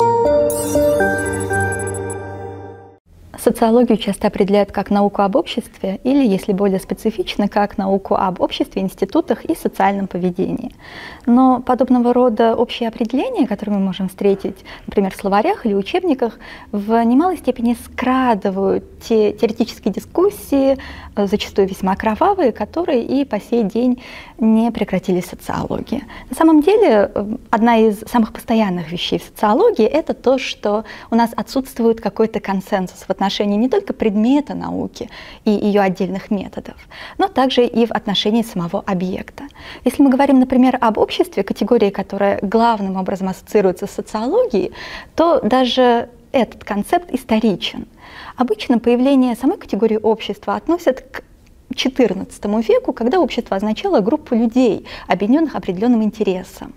Социологию часто определяют как науку об обществе или, если более специфично, как науку об обществе, институтах и социальном поведении. Но подобного рода общие определения, которые мы можем встретить, например, в словарях или учебниках, в немалой степени скрадывают те теоретические дискуссии, зачастую весьма кровавые, которые и по сей день не прекратились в социологии. На самом деле, одна из самых постоянных вещей в социологии — это то, что у нас отсутствует какой-то консенсус в отношении не только предмета науки и ее отдельных методов, но также и в отношении самого объекта. Если мы говорим, например, об обществе, категории, которая главным образом ассоциируется с социологией, то даже этот концепт историчен. Обычно появление самой категории общества относят к XIV веку, когда общество означало группу людей, объединенных определенным интересом.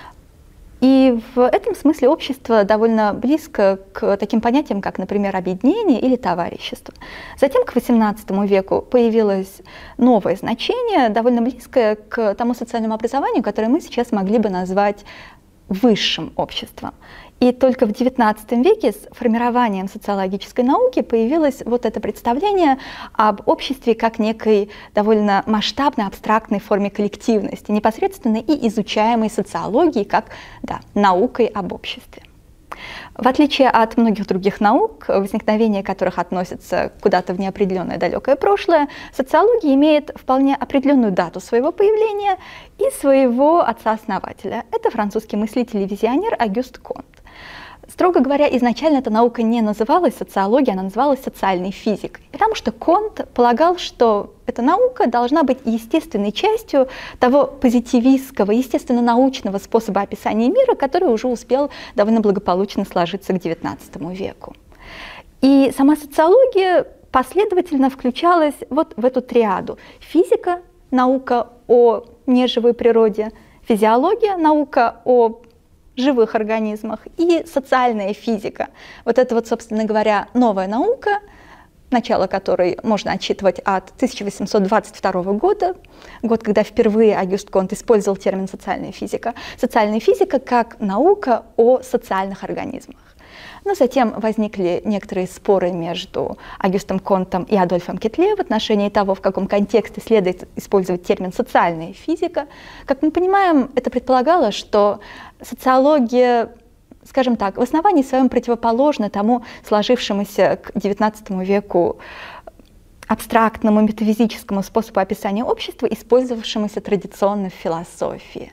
И в этом смысле общество довольно близко к таким понятиям, как, например, объединение или товарищество. Затем к XVIII веку появилось новое значение, довольно близкое к тому социальному образованию, которое мы сейчас могли бы назвать высшим обществом. И только в XIX веке с формированием социологической науки появилось вот это представление об обществе как некой довольно масштабной, абстрактной форме коллективности, непосредственно и изучаемой социологией как наукой об обществе. В отличие от многих других наук, возникновение которых относится куда-то в неопределенное далекое прошлое, социология имеет вполне определенную дату своего появления и своего отца-основателя. Это французский мыслитель и визионер Агюст Конт. Строго говоря, изначально эта наука не называлась социологией, она называлась социальной физикой, потому что Конт полагал, что эта наука должна быть естественной частью того позитивистского, естественно-научного способа описания мира, который уже успел довольно благополучно сложиться к XIX веку. И сама социология последовательно включалась вот в эту триаду: физика, наука о неживой природе, физиология, наука о живых организмах, и социальная физика. Вот это вот, собственно говоря, новая наука, начало которой можно отсчитывать от 1822 года, год, когда впервые Агюст Конт использовал термин «социальная физика». Социальная физика как наука о социальных организмах. Но затем возникли некоторые споры между Агюстом Контом и Адольфом Кетле в отношении того, в каком контексте следует использовать термин «социальная физика». Как мы понимаем, это предполагало, что социология, скажем так, в основании своем противоположна тому сложившемуся к XIX веку абстрактному метафизическому способу описания общества, использовавшемуся традиционно в философии.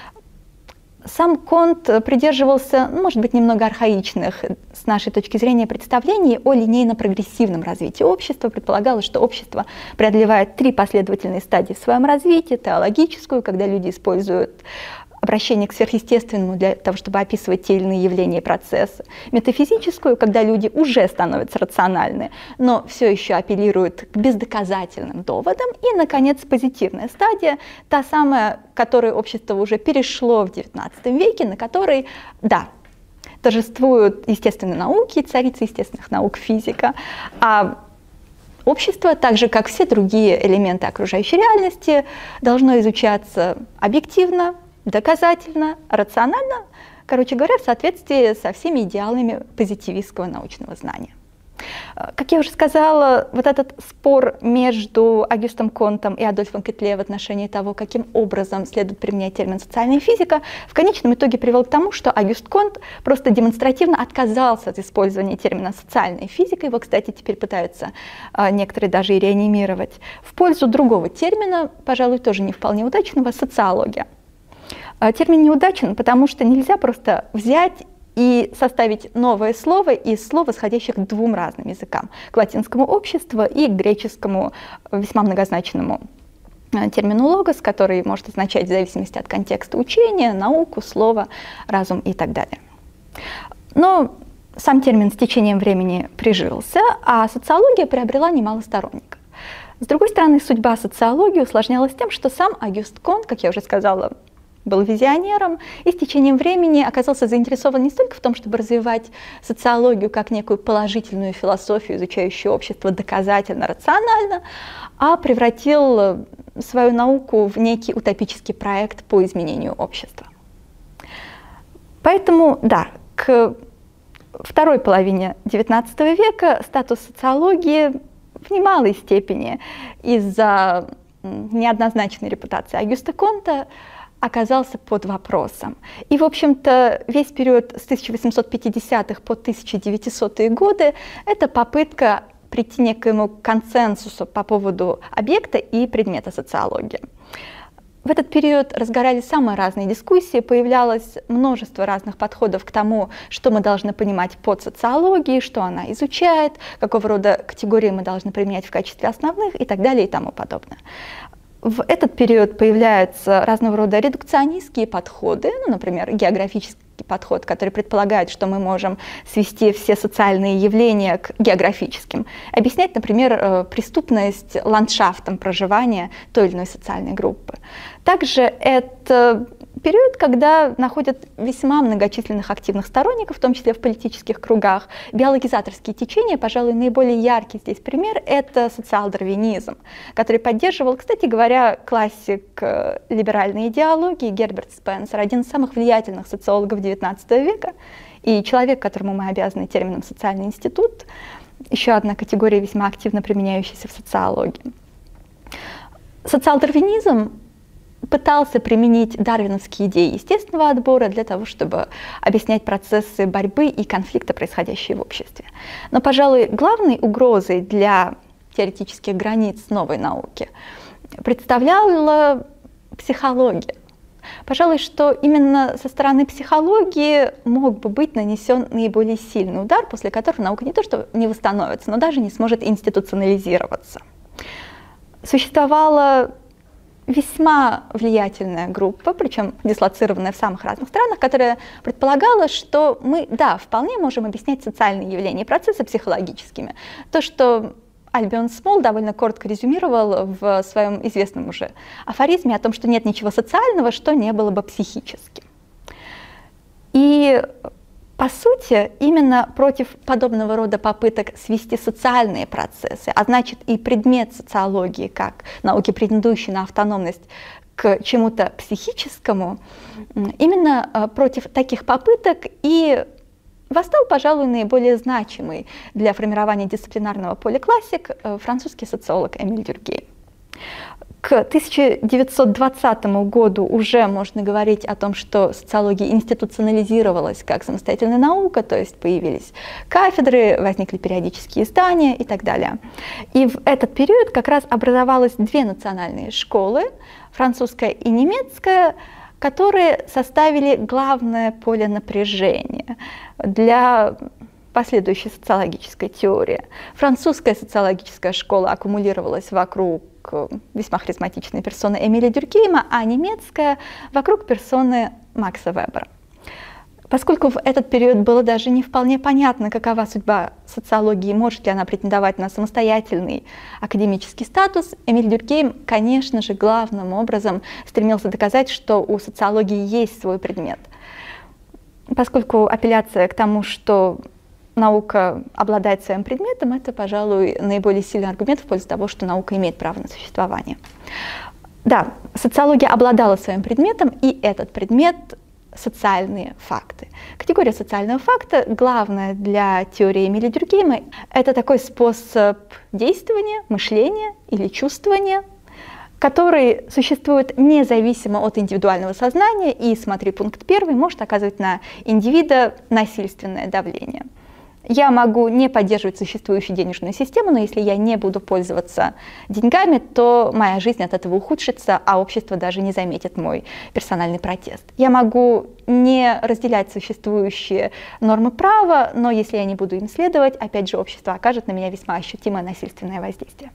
Сам Конт придерживался, может быть, немного архаичных с нашей точки зрения представлений о линейно-прогрессивном развитии общества. Предполагалось, что общество преодолевает 3 последовательные стадии в своем развитии: теологическую, когда люди используют обращение к сверхъестественному для того, чтобы описывать те или иные явления и процессы; метафизическую, когда люди уже становятся рациональны, но все еще апеллируют к бездоказательным доводам; и, наконец, позитивная стадия, та самая, к которой общество уже перешло в XIX веке, на которой, торжествуют естественные науки, царица естественных наук, физика, а общество, так же как все другие элементы окружающей реальности, должно изучаться объективно, доказательно, рационально, короче говоря, в соответствии со всеми идеалами позитивистского научного знания. Как я уже сказала, вот этот спор между Агюстом Контом и Адольфом Кетле в отношении того, каким образом следует применять термин «социальная физика», в конечном итоге привел к тому, что Агюст Конт просто демонстративно отказался от использования термина «социальная физика», его, кстати, теперь пытаются некоторые даже и реанимировать, в пользу другого термина, пожалуй, тоже не вполне удачного — социология. Термин неудачен, потому что нельзя просто взять и составить новое слово из слов, исходящих к 2 разным языкам: к латинскому «общество» и к греческому весьма многозначному термину «логос», который может означать в зависимости от контекста учения, науку, слово, разум и так далее. Но сам термин с течением времени прижился, а социология приобрела немало сторонников. С другой стороны, судьба социологии усложнялась тем, что сам Агюст Конт, как я уже сказала, был визионером и с течением времени оказался заинтересован не столько в том, чтобы развивать социологию как некую положительную философию, изучающую общество доказательно, рационально, а превратил свою науку в некий утопический проект по изменению общества. Поэтому, к второй половине XIX века статус социологии в немалой степени из-за неоднозначной репутации Агюста Конта оказался под вопросом. И, в общем-то, весь период с 1850-х по 1900-е годы — это попытка прийти к некоему консенсусу по поводу объекта и предмета социологии. В этот период разгорались самые разные дискуссии, появлялось множество разных подходов к тому, что мы должны понимать под социологией, что она изучает, какого рода категории мы должны применять в качестве основных и так далее и тому подобное. В этот период появляются разного рода редукционистские подходы, например, географический подход, который предполагает, что мы можем свести все социальные явления к географическим, объяснять, например, преступность ландшафтом проживания той или иной социальной группы. Также это период, когда находят весьма многочисленных активных сторонников, в том числе в политических кругах. Биологизаторские течения, пожалуй, наиболее яркий здесь пример — это социал-дарвинизм, который поддерживал, кстати говоря, классик либеральной идеологии Герберт Спенсер, один из самых влиятельных социологов XIX века и человек, которому мы обязаны термином «социальный институт», еще одна категория, весьма активно применяющаяся в социологии. Социал-дарвинизм пытался применить дарвиновские идеи естественного отбора для того, чтобы объяснять процессы борьбы и конфликта, происходящие в обществе. Но, пожалуй, главной угрозой для теоретических границ новой науки представляла психология. Пожалуй, что именно со стороны психологии мог бы быть нанесен наиболее сильный удар, после которого наука не то что не восстановится, но даже не сможет институционализироваться. Существовала весьма влиятельная группа, причем дислоцированная в самых разных странах, которая предполагала, что мы, да, вполне можем объяснять социальные явления и процессы психологическими. То, что Альбион Смол довольно коротко резюмировал в своем известном уже афоризме о том, что нет ничего социального, что не было бы психическим. И по сути, именно против подобного рода попыток свести социальные процессы, а значит и предмет социологии, как науки, претендующей на автономность, к чему-то психическому, именно против таких попыток и восстал, пожалуй, наиболее значимый для формирования дисциплинарного поля классик французский социолог Эмиль Дюркгейм. К 1920 году уже можно говорить о том, что социология институционализировалась как самостоятельная наука, то есть появились кафедры, возникли периодические издания и так далее. И в этот период как раз образовалось две национальные школы, французская и немецкая, которые составили главное поле напряжения для последующей социологической теории. Французская социологическая школа аккумулировалась вокруг весьма харизматичной персоны Эмиля Дюркгейма, а немецкая вокруг персоны Макса Вебера. Поскольку в этот период было даже не вполне понятно, какова судьба социологии, может ли она претендовать на самостоятельный академический статус, Эмиль Дюркгейм, конечно же, главным образом стремился доказать, что у социологии есть свой предмет. Поскольку апелляция к тому, что наука обладает своим предметом, это, пожалуй, наиболее сильный аргумент в пользу того, что наука имеет право на существование. Да, социология обладала своим предметом, и этот предмет — социальные факты. Категория социального факта, главная для теории Эмиля Дюркгейма, это такой способ действования, мышления или чувствования, который существует независимо от индивидуального сознания и, смотри пункт 1, может оказывать на индивида насильственное давление. Я могу не поддерживать существующую денежную систему, но если я не буду пользоваться деньгами, то моя жизнь от этого ухудшится, а общество даже не заметит мой персональный протест. Я могу не разделять существующие нормы права, но если я не буду им следовать, опять же, общество окажет на меня весьма ощутимое насильственное воздействие.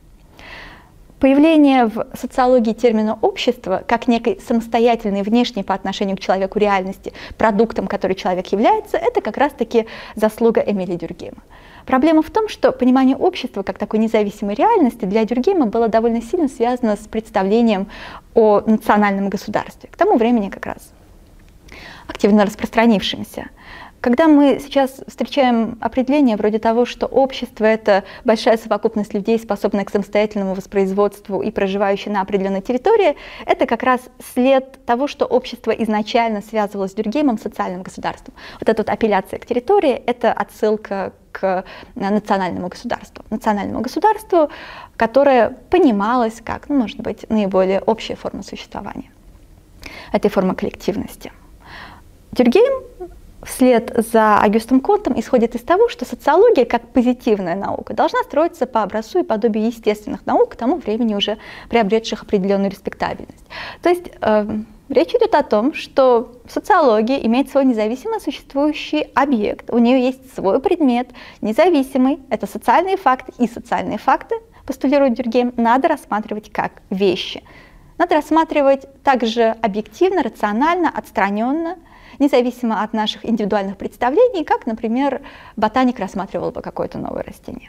Появление в социологии термина «общество» как некой самостоятельной внешней по отношению к человеку реальности, продуктом, который человек является, это как раз-таки заслуга Эмиля Дюркгейма. Проблема в том, что понимание общества как такой независимой реальности для Дюркгейма было довольно сильно связано с представлением о национальном государстве, к тому времени как раз активно распространившимся. Когда мы сейчас встречаем определение вроде того, что общество — это большая совокупность людей, способная к самостоятельному воспроизводству и проживающая на определенной территории, это как раз след того, что общество изначально связывалось с Дюркгеймом социальным государством. Вот эта вот апелляция к территории — это отсылка к национальному государству, которое понималось как, ну, может быть, наиболее общая форма существования, этой формы коллективности. Дюркгейм вслед за Агюстом Контом исходит из того, что социология, как позитивная наука, должна строиться по образцу и подобию естественных наук, к тому времени уже приобретших определенную респектабельность. То есть речь идет о том, что социология имеет свой независимо существующий объект, у нее есть свой предмет, независимый, это социальные факты, и социальные факты, постулирует Дюркгейм, надо рассматривать как вещи. Надо рассматривать также объективно, рационально, отстраненно, независимо от наших индивидуальных представлений, как, например, ботаник рассматривал бы какое-то новое растение.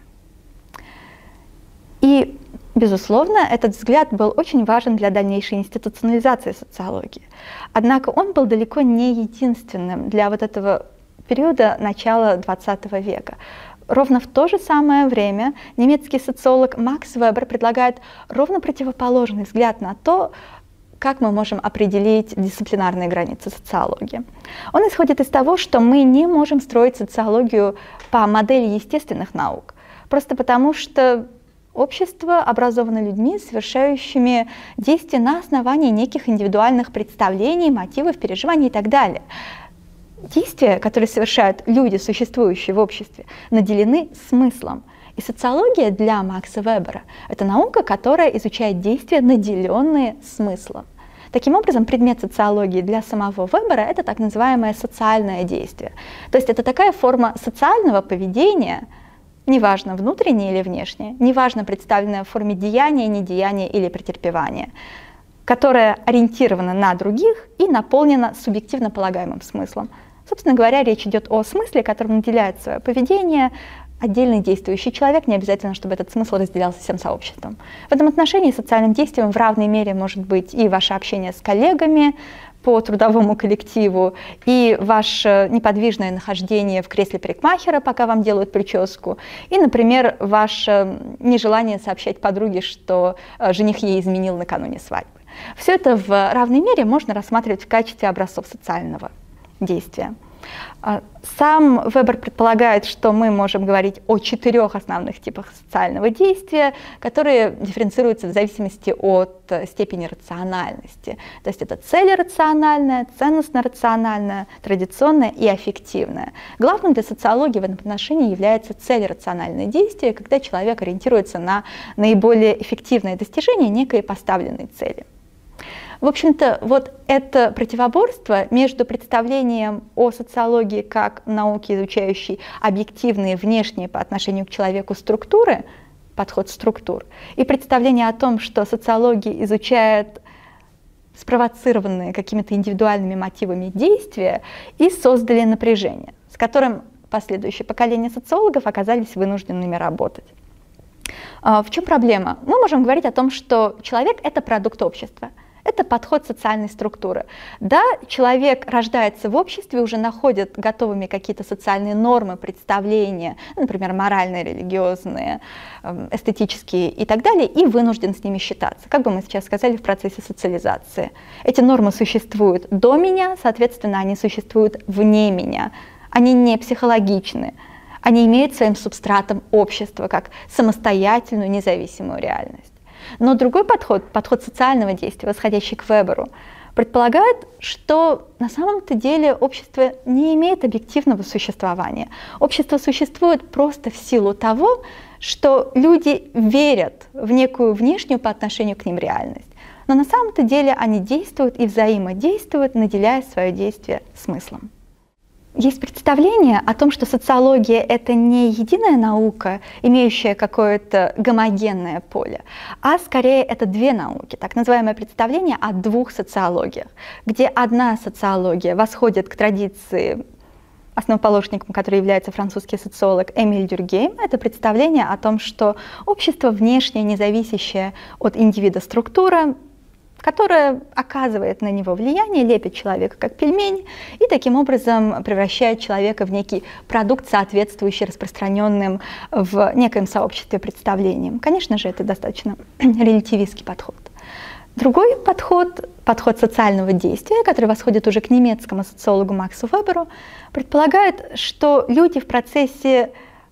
И, безусловно, этот взгляд был очень важен для дальнейшей институционализации социологии. Однако он был далеко не единственным для вот этого периода начала XX века. Ровно в то же самое время немецкий социолог Макс Вебер предлагает ровно противоположный взгляд на то, как мы можем определить дисциплинарные границы социологии. Он исходит из того, что мы не можем строить социологию по модели естественных наук, просто потому что общество образовано людьми, совершающими действия на основании неких индивидуальных представлений, мотивов, переживаний и так далее. Действия, которые совершают люди, существующие в обществе, наделены смыслом. И социология для Макса Вебера — это наука, которая изучает действия, наделенные смыслом. Таким образом, предмет социологии для самого Вебера — это так называемое социальное действие. То есть это такая форма социального поведения, неважно, внутреннее или внешнее, неважно, представленное в форме деяния, недеяния или претерпевания, которая ориентирована на других и наполнена субъективно полагаемым смыслом. Собственно говоря, речь идет о смысле, которым наделяет свое поведение отдельный действующий человек, не обязательно, чтобы этот смысл разделялся всем сообществом. В этом отношении социальным действием в равной мере может быть и ваше общение с коллегами по трудовому коллективу, и ваше неподвижное нахождение в кресле парикмахера, пока вам делают прическу, и, например, ваше нежелание сообщать подруге, что жених ей изменил накануне свадьбы. Все это в равной мере можно рассматривать в качестве образцов социального действия. Сам Вебер предполагает, что мы можем говорить о 4 основных типах социального действия, которые дифференцируются в зависимости от степени рациональности. То есть это целерациональное, ценностно-рациональное, традиционное и аффективное. Главным для социологии в этом отношении является целерациональное действие, когда человек ориентируется на наиболее эффективное достижение некой поставленной цели. В общем-то, вот это противоборство между представлением о социологии как науке, изучающей объективные, внешние по отношению к человеку структуры, подход структур, и представление о том, что социология изучает спровоцированные какими-то индивидуальными мотивами действия, и создали напряжение, с которым последующие поколения социологов оказались вынужденными работать. В чем проблема? Мы можем говорить о том, что человек — это продукт общества. Это подход социальной структуры. Да, человек рождается в обществе, уже находит готовыми какие-то социальные нормы, представления, например, моральные, религиозные, эстетические и так далее, и вынужден с ними считаться, как бы мы сейчас сказали, в процессе социализации. Эти нормы существуют до меня, соответственно, они существуют вне меня. Они не психологичны. Они имеют своим субстратом общество, как самостоятельную, независимую реальность. Но другой подход, подход социального действия, восходящий к Веберу, предполагает, что на самом-то деле общество не имеет объективного существования. Общество существует просто в силу того, что люди верят в некую внешнюю по отношению к ним реальность. Но на самом-то деле они действуют и взаимодействуют, наделяя свое действие смыслом. Есть представление о том, что социология — это не единая наука, имеющая какое-то гомогенное поле, а скорее это 2 науки, так называемое представление о 2 социологиях, где одна социология восходит к традиции, основоположником которой является французский социолог Эмиль Дюркгейм. Это представление о том, что общество внешне независящее от индивида структура, которая оказывает на него влияние, лепит человека как пельмень и таким образом превращает человека в некий продукт, соответствующий распространенным в некоем сообществе представлениям. Конечно же, это достаточно релятивистский подход. Другой подход, подход социального действия, который восходит уже к немецкому социологу Максу Веберу, предполагает, что люди в процессе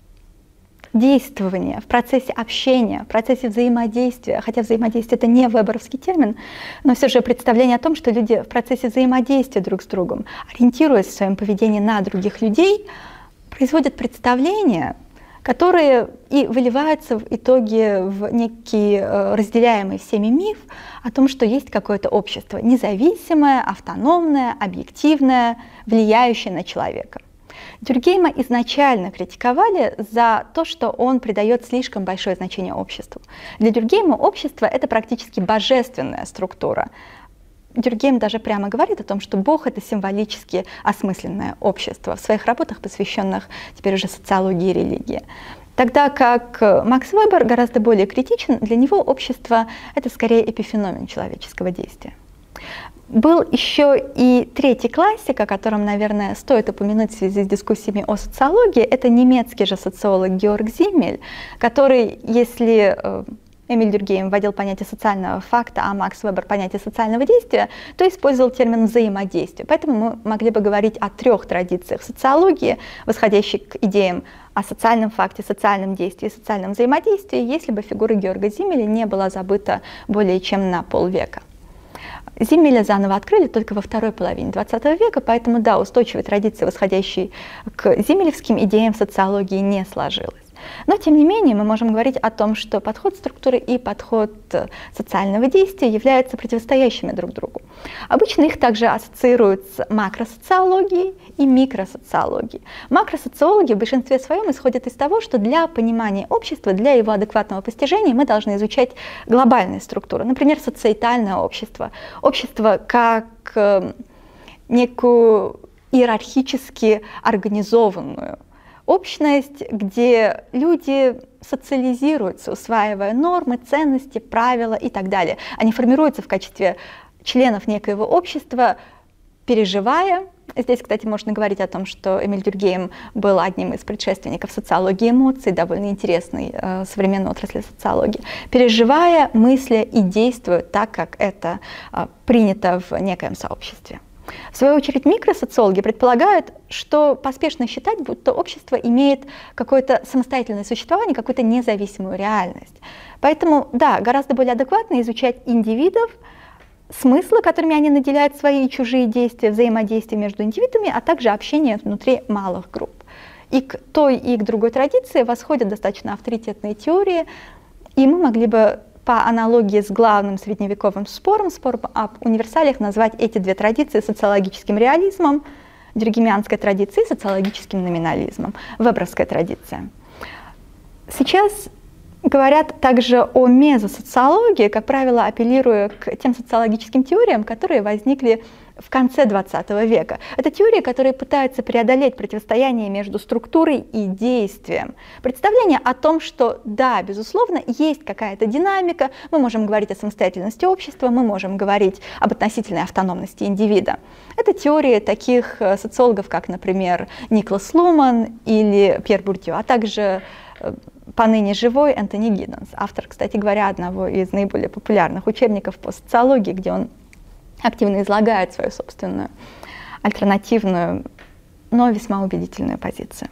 действования, в процессе общения, в процессе взаимодействия, хотя взаимодействие — это не веберовский термин, но все же представление о том, что люди в процессе взаимодействия друг с другом, ориентируясь в своем поведении на других людей, производят представления, которые и выливаются в итоге в некий разделяемый всеми миф о том, что есть какое-то общество независимое, автономное, объективное, влияющее на человека. Дюркгейма изначально критиковали за то, что он придает слишком большое значение обществу. Для Дюркгейма общество — это практически божественная структура. Дюркгейм даже прямо говорит о том, что Бог — это символически осмысленное общество в своих работах, посвященных теперь уже социологии и религии. Тогда как Макс Вебер гораздо более критичен, для него общество — это скорее эпифеномен человеческого действия. Был еще и третий классик, о котором, наверное, стоит упомянуть в связи с дискуссиями о социологии. Это немецкий же социолог Георг Зиммель, который, если Эмиль Дюркгейм вводил понятие социального факта, а Макс Вебер понятие социального действия, то использовал термин взаимодействие. Поэтому мы могли бы говорить о трех традициях социологии, восходящих к идеям о социальном факте, социальном действии, социальном взаимодействии, если бы фигура Георга Зиммеля не была забыта более чем на полвека. Зиммеля заново открыли только во второй половине XX века, поэтому, да, устойчивой традиции, восходящей к зиммелевским идеям в социологии, не сложилось. Но, тем не менее, мы можем говорить о том, что подход структуры и подход социального действия являются противостоящими друг другу. Обычно их также ассоциируют с макросоциологией и микросоциологией. Макросоциологи в большинстве своем исходят из того, что для понимания общества, для его адекватного постижения мы должны изучать глобальные структуры, например, социетальное общество, общество как некую иерархически организованную общность, где люди социализируются, усваивая нормы, ценности, правила и так далее. Они формируются в качестве членов некоего общества, переживая. Здесь, кстати, можно говорить о том, что Эмиль Дюркгейм был одним из предшественников социологии эмоций, довольно интересной современной отрасли социологии, переживая, мысля и действуя так, как это принято в некоем сообществе. В свою очередь, микросоциологи предполагают, что поспешно считать, будто общество имеет какое-то самостоятельное существование, какую-то независимую реальность. Поэтому, да, гораздо более адекватно изучать индивидов, смыслы, которыми они наделяют свои и чужие действия, взаимодействие между индивидами, а также общение внутри малых групп. И к той, и к другой традиции восходят достаточно авторитетные теории, и мы могли бы по аналогии с главным средневековым спором об универсалиях, назвать эти две традиции социологическим реализмом, дюркгеймианской традицией, социологическим номинализмом, веберовская традиция. Сейчас говорят также о мезосоциологии, как правило, апеллируя к тем социологическим теориям, которые возникли в конце XX века. Это теории, которые пытаются преодолеть противостояние между структурой и действием. Представление о том, что да, безусловно, есть какая-то динамика, мы можем говорить о самостоятельности общества, мы можем говорить об относительной автономности индивида. Это теории таких социологов, как, например, Никлас Луман или Пьер Бурдье, а также поныне живой Энтони Гидденс, автор, кстати говоря, одного из наиболее популярных учебников по социологии, где он активно излагает свою собственную альтернативную, но весьма убедительную позицию.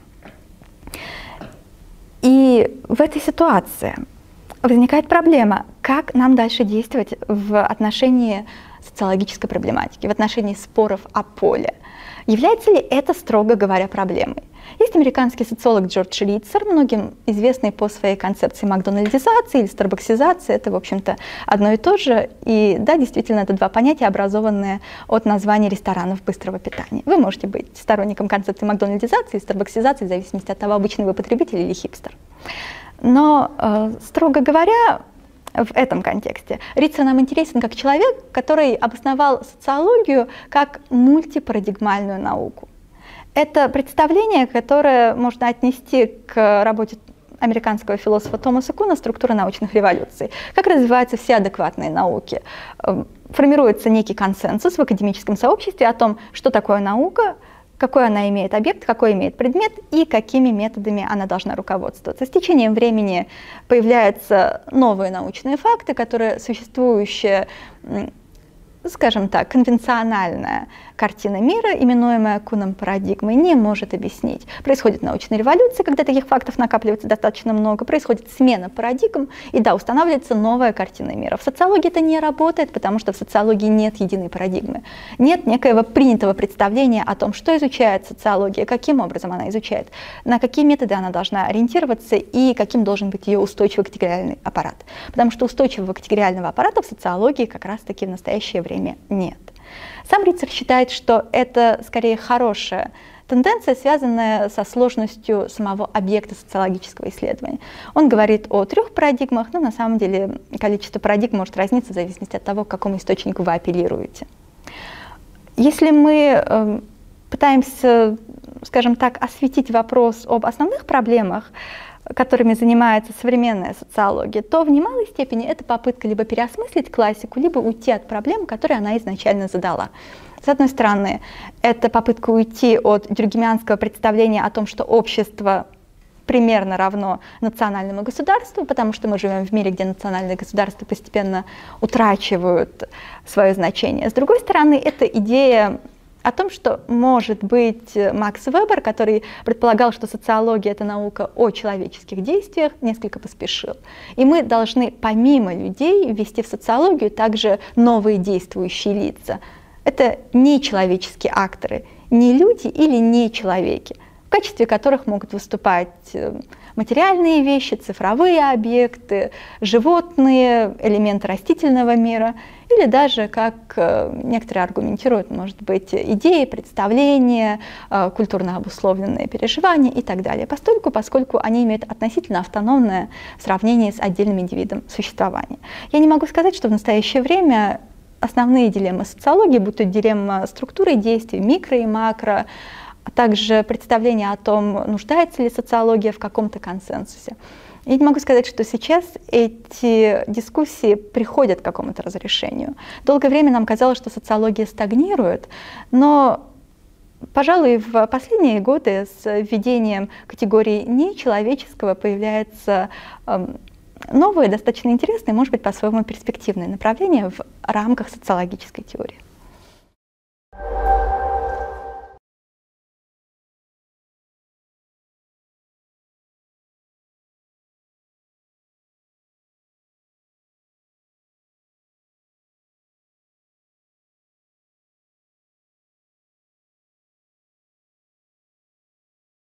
И в этой ситуации возникает проблема, как нам дальше действовать в отношении социологической проблематики, в отношении споров о поле. Является ли это, строго говоря, проблемой? Есть американский социолог Джордж Ритцер, многим известный по своей концепции макдональдизации или старбаксизации. Это, в общем-то, одно и то же. И да, действительно, это два понятия, образованные от названий ресторанов быстрого питания. Вы можете быть сторонником концепции макдональдизации или старбаксизации, в зависимости от того, обычный вы потребитель или хипстер. Но, строго говоря, в этом контексте Ритцер нам интересен как человек, который обосновал социологию как мультипарадигмальную науку. Это представление, которое можно отнести к работе американского философа Томаса Куна «Структура научных революций». Как развиваются все адекватные науки? Формируется некий консенсус в академическом сообществе о том, что такое наука, какой она имеет объект, какой имеет предмет и какими методами она должна руководствоваться. С течением времени появляются новые научные факты, которые существующие, скажем так, конвенциональная картина мира, именуемая Куном парадигмой, не может объяснить. Происходит научная революция, когда таких фактов накапливается достаточно много, происходит смена парадигм, и да, устанавливается новая картина мира. В социологии это не работает, потому что в социологии нет единой парадигмы. Нет некоего принятого представления о том, что изучает социология, каким образом она изучает, на какие методы она должна ориентироваться и каким должен быть ее устойчивый категориальный аппарат. Потому что устойчивого категориального аппарата в социологии как раз-таки в настоящее время нет. Сам Рицер считает, что это скорее хорошая тенденция, связанная со сложностью самого объекта социологического исследования. Он говорит о 3 парадигмах, но на самом деле количество парадигм может разниться в зависимости от того, к какому источнику вы апеллируете. Если мы пытаемся, скажем так, осветить вопрос об основных проблемах, которыми занимается современная социология, то в немалой степени это попытка либо переосмыслить классику, либо уйти от проблем, которые она изначально задала. С одной стороны, это попытка уйти от дюркгемианского представления о том, что общество примерно равно национальному государству, потому что мы живем в мире, где национальные государства постепенно утрачивают свое значение. С другой стороны, это идея о том, что, может быть, Макс Вебер, который предполагал, что социология — это наука о человеческих действиях, несколько поспешил. И мы должны помимо людей ввести в социологию также новые действующие лица. Это нечеловеческие акторы, не люди или не человеки, в качестве которых могут выступать материальные вещи, цифровые объекты, животные, элементы растительного мира, или даже, как некоторые аргументируют, может быть, идеи, представления, культурно обусловленные переживания и так далее, поскольку они имеют относительно автономное в сравнении с отдельным индивидом существования. Я не могу сказать, что в настоящее время основные дилеммы социологии, будь то дилемма структуры действий, микро и макро, а также представление о том, нуждается ли социология в каком-то консенсусе. Я не могу сказать, что сейчас эти дискуссии приходят к какому-то разрешению. Долгое время нам казалось, что социология стагнирует, но, пожалуй, в последние годы с введением категории нечеловеческого появляются новые, достаточно интересные, может быть, по-своему перспективные направления в рамках социологической теории.